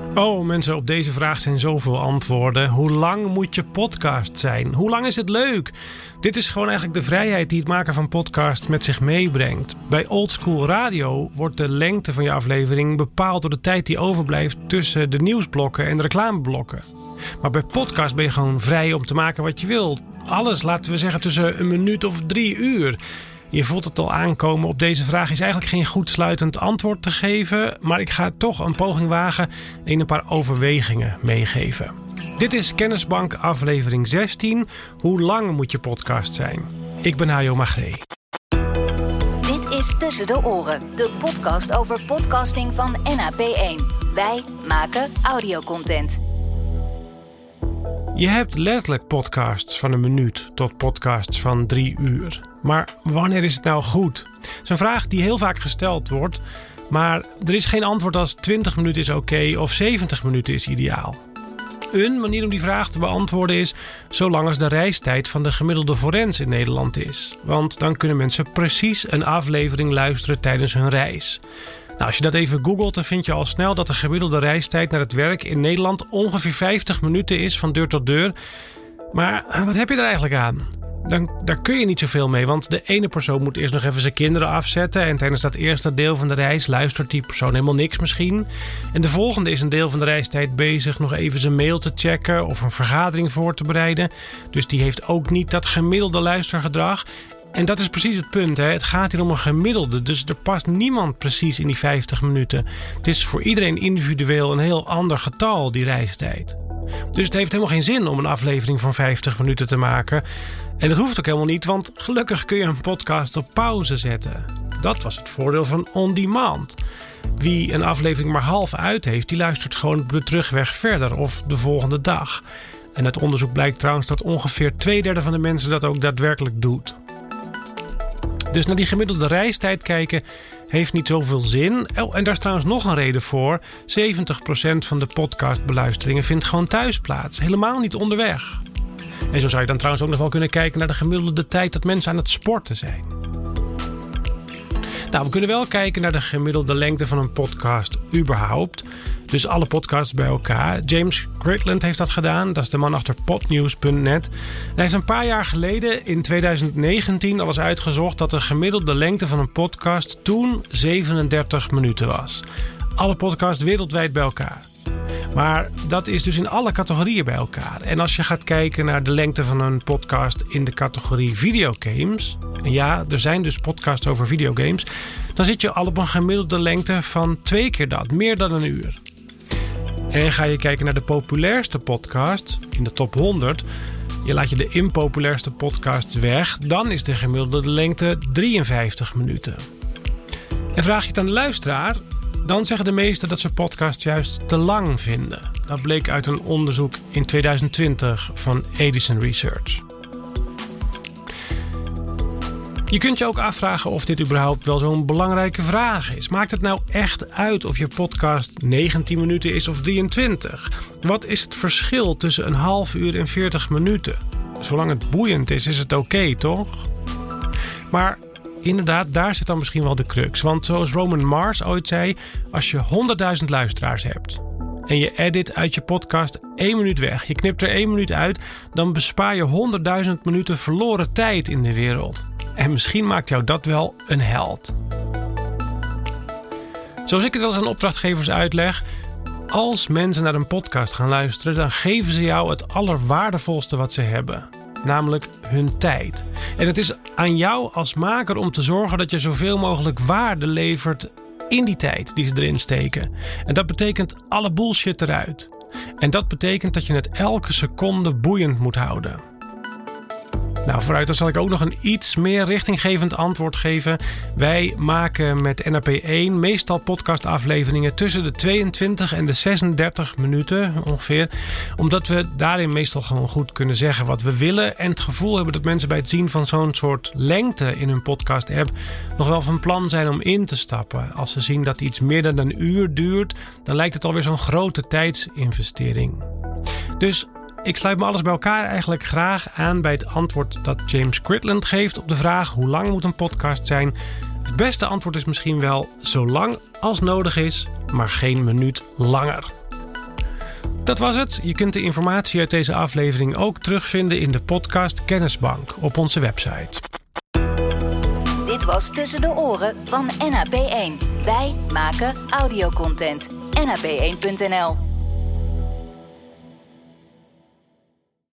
Oh mensen, op deze vraag zijn zoveel antwoorden. Hoe lang moet je podcast zijn? Hoe lang is het leuk? Dit is gewoon eigenlijk de vrijheid die het maken van podcasts met zich meebrengt. Bij oldschool radio wordt de lengte van je aflevering bepaald door de tijd die overblijft tussen de nieuwsblokken en de reclameblokken. Maar bij podcast ben je gewoon vrij om te maken wat je wilt. Alles, laten we zeggen, tussen 1 minuut of 3 uur. Je voelt het al aankomen. Op deze vraag is eigenlijk geen goed sluitend antwoord te geven. Maar ik ga toch een poging wagen en een paar overwegingen meegeven. Dit is Kennisbank aflevering 16. Hoe lang moet je podcast zijn? Ik ben Hajo Magree. Dit is Tussen de Oren, de podcast over podcasting van NAP1. Wij maken audiocontent. Je hebt letterlijk podcasts van 1 minuut tot podcasts van 3 uur. Maar wanneer is het nou goed? Dat is een vraag die heel vaak gesteld wordt. Maar er is geen antwoord als 20 minuten is oké of 70 minuten is ideaal. Een manier om die vraag te beantwoorden is zolang als de reistijd van de gemiddelde forens in Nederland is. Want dan kunnen mensen precies een aflevering luisteren tijdens hun reis. Nou, als je dat even googelt, dan vind je al snel dat de gemiddelde reistijd naar het werk in Nederland ongeveer 50 minuten is van deur tot deur. Maar wat heb je er eigenlijk aan? Daar kun je niet zoveel mee, want de ene persoon moet eerst nog even zijn kinderen afzetten en tijdens dat eerste deel van de reis luistert die persoon helemaal niks misschien. En de volgende is een deel van de reistijd bezig nog even zijn mail te checken of een vergadering voor te bereiden. Dus die heeft ook niet dat gemiddelde luistergedrag. En dat is precies het punt, hè. Het gaat hier om een gemiddelde, dus er past niemand precies in die 50 minuten. Het is voor iedereen individueel een heel ander getal, die reistijd. Dus het heeft helemaal geen zin om een aflevering van 50 minuten te maken. En dat hoeft ook helemaal niet, want gelukkig kun je een podcast op pauze zetten. Dat was het voordeel van On Demand. Wie een aflevering maar half uit heeft, die luistert gewoon op de terugweg verder of de volgende dag. En uit onderzoek blijkt trouwens dat ongeveer 2/3 van de mensen dat ook daadwerkelijk doet. Dus naar die gemiddelde reistijd kijken heeft niet zoveel zin. Oh, en daar is trouwens nog een reden voor. 70% van de podcastbeluisteringen vindt gewoon thuis plaats. Helemaal niet onderweg. En zo zou je dan trouwens ook nog wel kunnen kijken naar de gemiddelde tijd dat mensen aan het sporten zijn. Nou, we kunnen wel kijken naar de gemiddelde lengte van een podcast überhaupt. Dus alle podcasts bij elkaar. James Cridland heeft dat gedaan. Dat is de man achter podnews.net. Hij heeft een paar jaar geleden, in 2019, al eens uitgezocht dat de gemiddelde lengte van een podcast toen 37 minuten was. Alle podcasts wereldwijd bij elkaar. Maar dat is dus in alle categorieën bij elkaar. En als je gaat kijken naar de lengte van een podcast in de categorie videogames. En ja, er zijn dus podcasts over videogames. Dan zit je al op een gemiddelde lengte van 2 keer dat. Meer dan 1 uur. En ga je kijken naar de populairste podcasts in de top 100. Je laat je de impopulairste podcasts weg. Dan is de gemiddelde lengte 53 minuten. En vraag je het aan de luisteraar, dan zeggen de meesten dat ze podcasts juist te lang vinden. Dat bleek uit een onderzoek in 2020 van Edison Research. Je kunt je ook afvragen of dit überhaupt wel zo'n belangrijke vraag is. Maakt het nou echt uit of je podcast 19 minuten is of 23? Wat is het verschil tussen een half uur en 40 minuten? Zolang het boeiend is het oké, toch? Maar inderdaad, daar zit dan misschien wel de crux. Want zoals Roman Mars ooit zei, als je 100.000 luisteraars hebt en je edit uit je podcast 1 minuut weg, je knipt er 1 minuut uit, dan bespaar je 100.000 minuten verloren tijd in de wereld. En misschien maakt jou dat wel een held. Zoals ik het wel eens aan opdrachtgevers uitleg, als mensen naar een podcast gaan luisteren, dan geven ze jou het allerwaardevolste wat ze hebben. Namelijk hun tijd. En het is aan jou als maker om te zorgen dat je zoveel mogelijk waarde levert in die tijd die ze erin steken. En dat betekent alle bullshit eruit. En dat betekent dat je het elke seconde boeiend moet houden. Nou, vooruit dan zal ik ook nog een iets meer richtinggevend antwoord geven. Wij maken met NAP1 meestal podcastafleveringen tussen de 22 en de 36 minuten ongeveer. Omdat we daarin meestal gewoon goed kunnen zeggen wat we willen. En het gevoel hebben dat mensen bij het zien van zo'n soort lengte in hun podcast-app nog wel van plan zijn om in te stappen. Als ze zien dat iets meer dan 1 uur duurt, dan lijkt het alweer zo'n grote tijdsinvestering. Dus ik sluit me alles bij elkaar eigenlijk graag aan bij het antwoord dat James Cridland geeft op de vraag hoe lang moet een podcast zijn. Het beste antwoord is misschien wel zo lang als nodig is, maar geen minuut langer. Dat was het. Je kunt de informatie uit deze aflevering ook terugvinden in de podcast Kennisbank op onze website. Dit was Tussen de Oren van NAP1. Wij maken audiocontent. NAP1.nl